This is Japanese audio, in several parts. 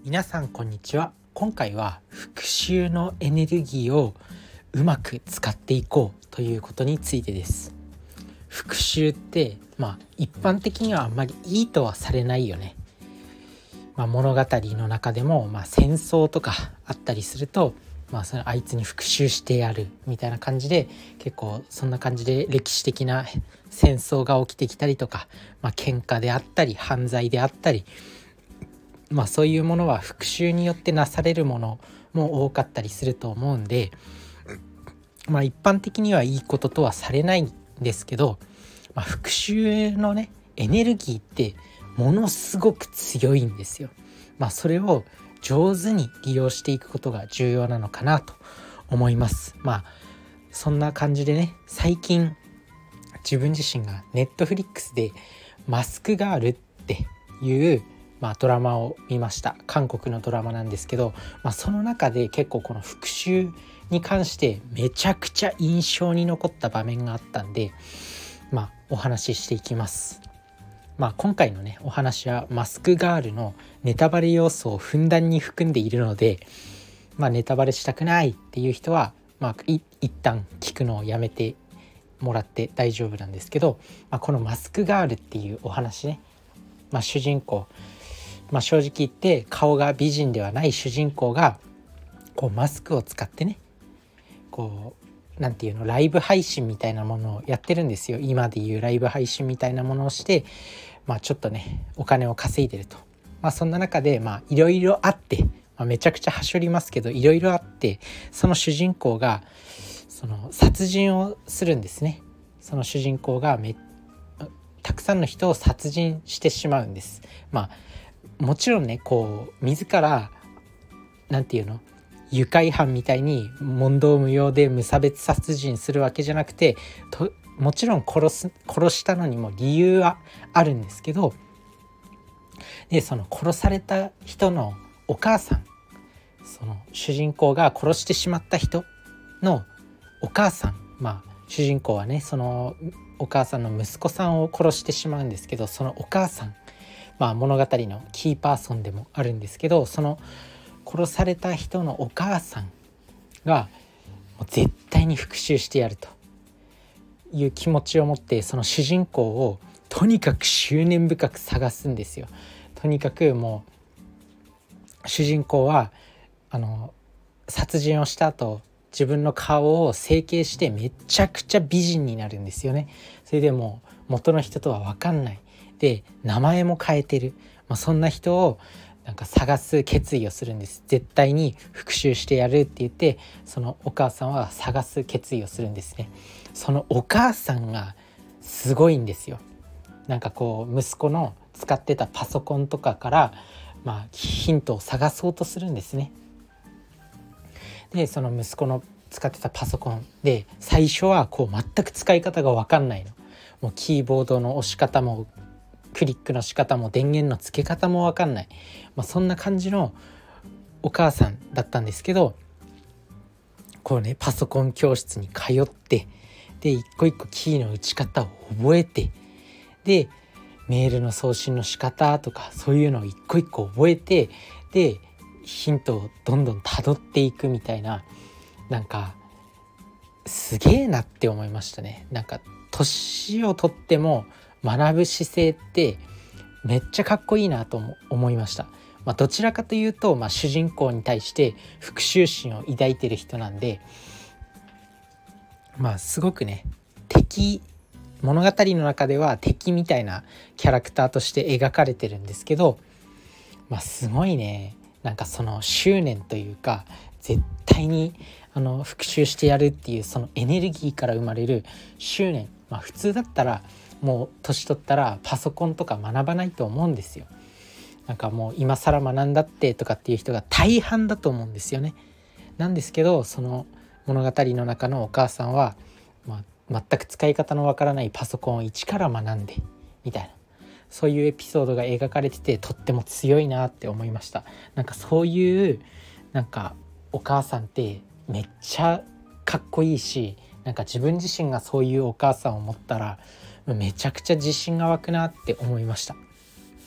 皆さんこんにちは。今回は復習のエネルギーをうまく使っていこうということについてです。復習って一般的にはあんまりいいとはされないよね。物語の中でも戦争とかあったりするとそれあいつに復讐してやるみたいな感じで、結構そんな感じで歴史的な戦争が起きてきたりとか、喧嘩であったり犯罪であったり、そういうものは復讐によってなされるものも多かったりすると思うんで、一般的にはいいこととはされないんですけど、復讐のねエネルギーってものすごく強いんですよ。それを上手に利用していくことが重要なのかなと思います。そんな感じでね、最近自分自身がネットフリックスでマスクガールっていうドラマを見ました。韓国のドラマなんですけど、その中で結構この復讐に関してめちゃくちゃ印象に残った場面があったんで、お話ししていきます。今回のねお話はマスクガールのネタバレ要素をふんだんに含んでいるので、ネタバレしたくないっていう人は一旦聞くのをやめてもらって大丈夫なんですけど、このマスクガールっていうお話ね、主人公、正直言って顔が美人ではない主人公がこうマスクを使ってね、こうなんていうの、ライブ配信みたいなものをやってるんですよ。今でいうライブ配信みたいなものをして、ちょっとねお金を稼いでると。そんな中でいろいろあって、めちゃくちゃはしょりますけどいろいろあって、その主人公がその殺人をするんですね。その主人公がたくさんの人を殺人してしまうんです。もちろんねこう自らなんていうの、愉快犯みたいに問答無用で無差別殺人するわけじゃなくて、もちろん殺したのにも理由はあるんですけど、でその殺された人のお母さん、その主人公が殺してしまった人のお母さん、主人公はねそのお母さんの息子さんを殺してしまうんですけど、そのお母さん、物語のキーパーソンでもあるんですけど、その殺された人のお母さんがもう絶対に復讐してやるという気持ちを持って、その主人公をとにかく執念深く探すんですよ。とにかくもう主人公は殺人をした後自分の顔を整形してめちゃくちゃ美人になるんですよね。それでもう元の人とは分かんないで名前も変えてる、そんな人を探す決意をするんです。絶対に復讐してやるって言って、そのお母さんは探す決意をするんですね。そのお母さんがすごいんですよ。こう息子の使ってたパソコンとかからヒントを探そうとするんですね。でその息子の使ってたパソコンで最初はこう全く使い方が分かんないの。もうキーボードの押し方もクリックの仕方も電源の付け方も分かんない、そんな感じのお母さんだったんですけど、こうねパソコン教室に通って、で一個一個キーの打ち方を覚えて、でメールの送信の仕方とかそういうのを一個一個覚えて、でヒントをどんどん辿っていくみたいな、すげえなって思いましたね。年をとっても学ぶ姿勢ってめっちゃかっこいいなと思いました。どちらかというと、主人公に対して復讐心を抱いてる人なんで、すごくね物語の中では敵みたいなキャラクターとして描かれてるんですけど、すごいねその執念というか、絶対に復讐してやるっていうそのエネルギーから生まれる執念、普通だったらもう年取ったらパソコンとか学ばないと思うんですよ。もう今更学んだってとかっていう人が大半だと思うんですよね。なんですけどその物語の中のお母さんは、全く使い方のわからないパソコンを一から学んでみたいな、そういうエピソードが描かれててとっても強いなって思いました。そういうお母さんってめっちゃかっこいいし、自分自身がそういうお母さんを持ったらめちゃくちゃ自信が湧くなって思いました。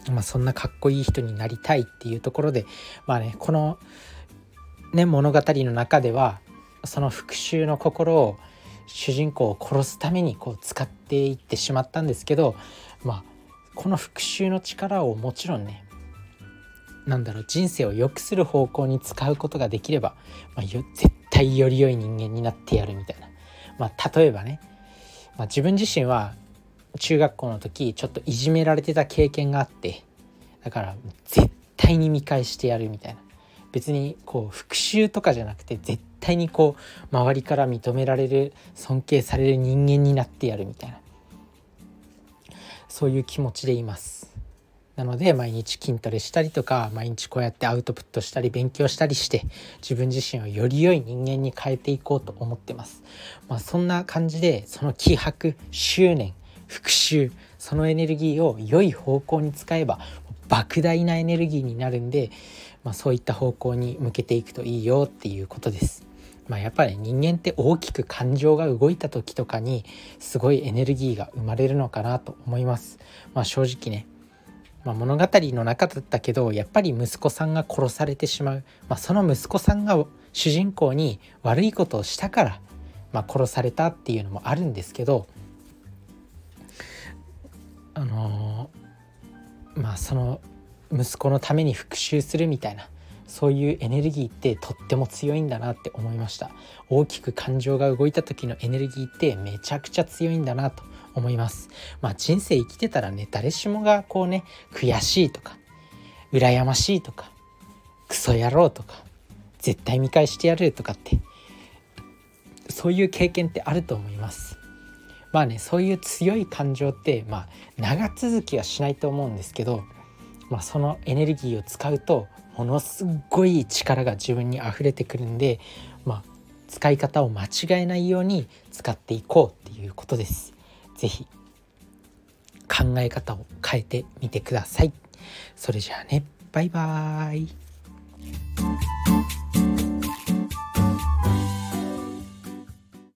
そんなかっこいい人になりたいっていうところでこの物語の中ではその復讐の心を主人公を殺すために使っていってしまったんですけど、この復讐の力をもちろんね人生を良くする方向に使うことができれば、絶対より良い人間になってやるみたいな、例えばね、自分自身は中学校の時ちょっといじめられてた経験があって、だから絶対に見返してやるみたいな、別に復讐とかじゃなくて絶対に周りから認められる尊敬される人間になってやるみたいな、そういう気持ちでいます。なので毎日筋トレしたりとか、毎日こうやってアウトプットしたり勉強したりして、自分自身をより良い人間に変えていこうと思ってます。そんな感じで、その気迫、執念、復讐、そのエネルギーを良い方向に使えば莫大なエネルギーになるんで、そういった方向に向けていくといいよっていうことです。やっぱり人間って大きく感情が動いた時とかにすごいエネルギーが生まれるのかなと思います。正直ね、物語の中だったけど、やっぱり息子さんが殺されてしまう、その息子さんが主人公に悪いことをしたから、殺されたっていうのもあるんですけど、その息子のために復讐するみたいな、そういうエネルギーってとっても強いんだなって思いました。大きく感情が動いた時のエネルギーってめちゃくちゃ強いんだなと思います。人生生きてたらね、誰しもが悔しいとか羨ましいとかクソ野郎とか絶対見返してやるとかって、そういう経験ってあると思います。そういう強い感情って長続きはしないと思うんですけど、そのエネルギーを使うとものすごい力が自分に溢れてくるんで、使い方を間違えないように使っていこうっていうことです。ぜひ考え方を変えてみてください。それじゃあね、バイバーイ。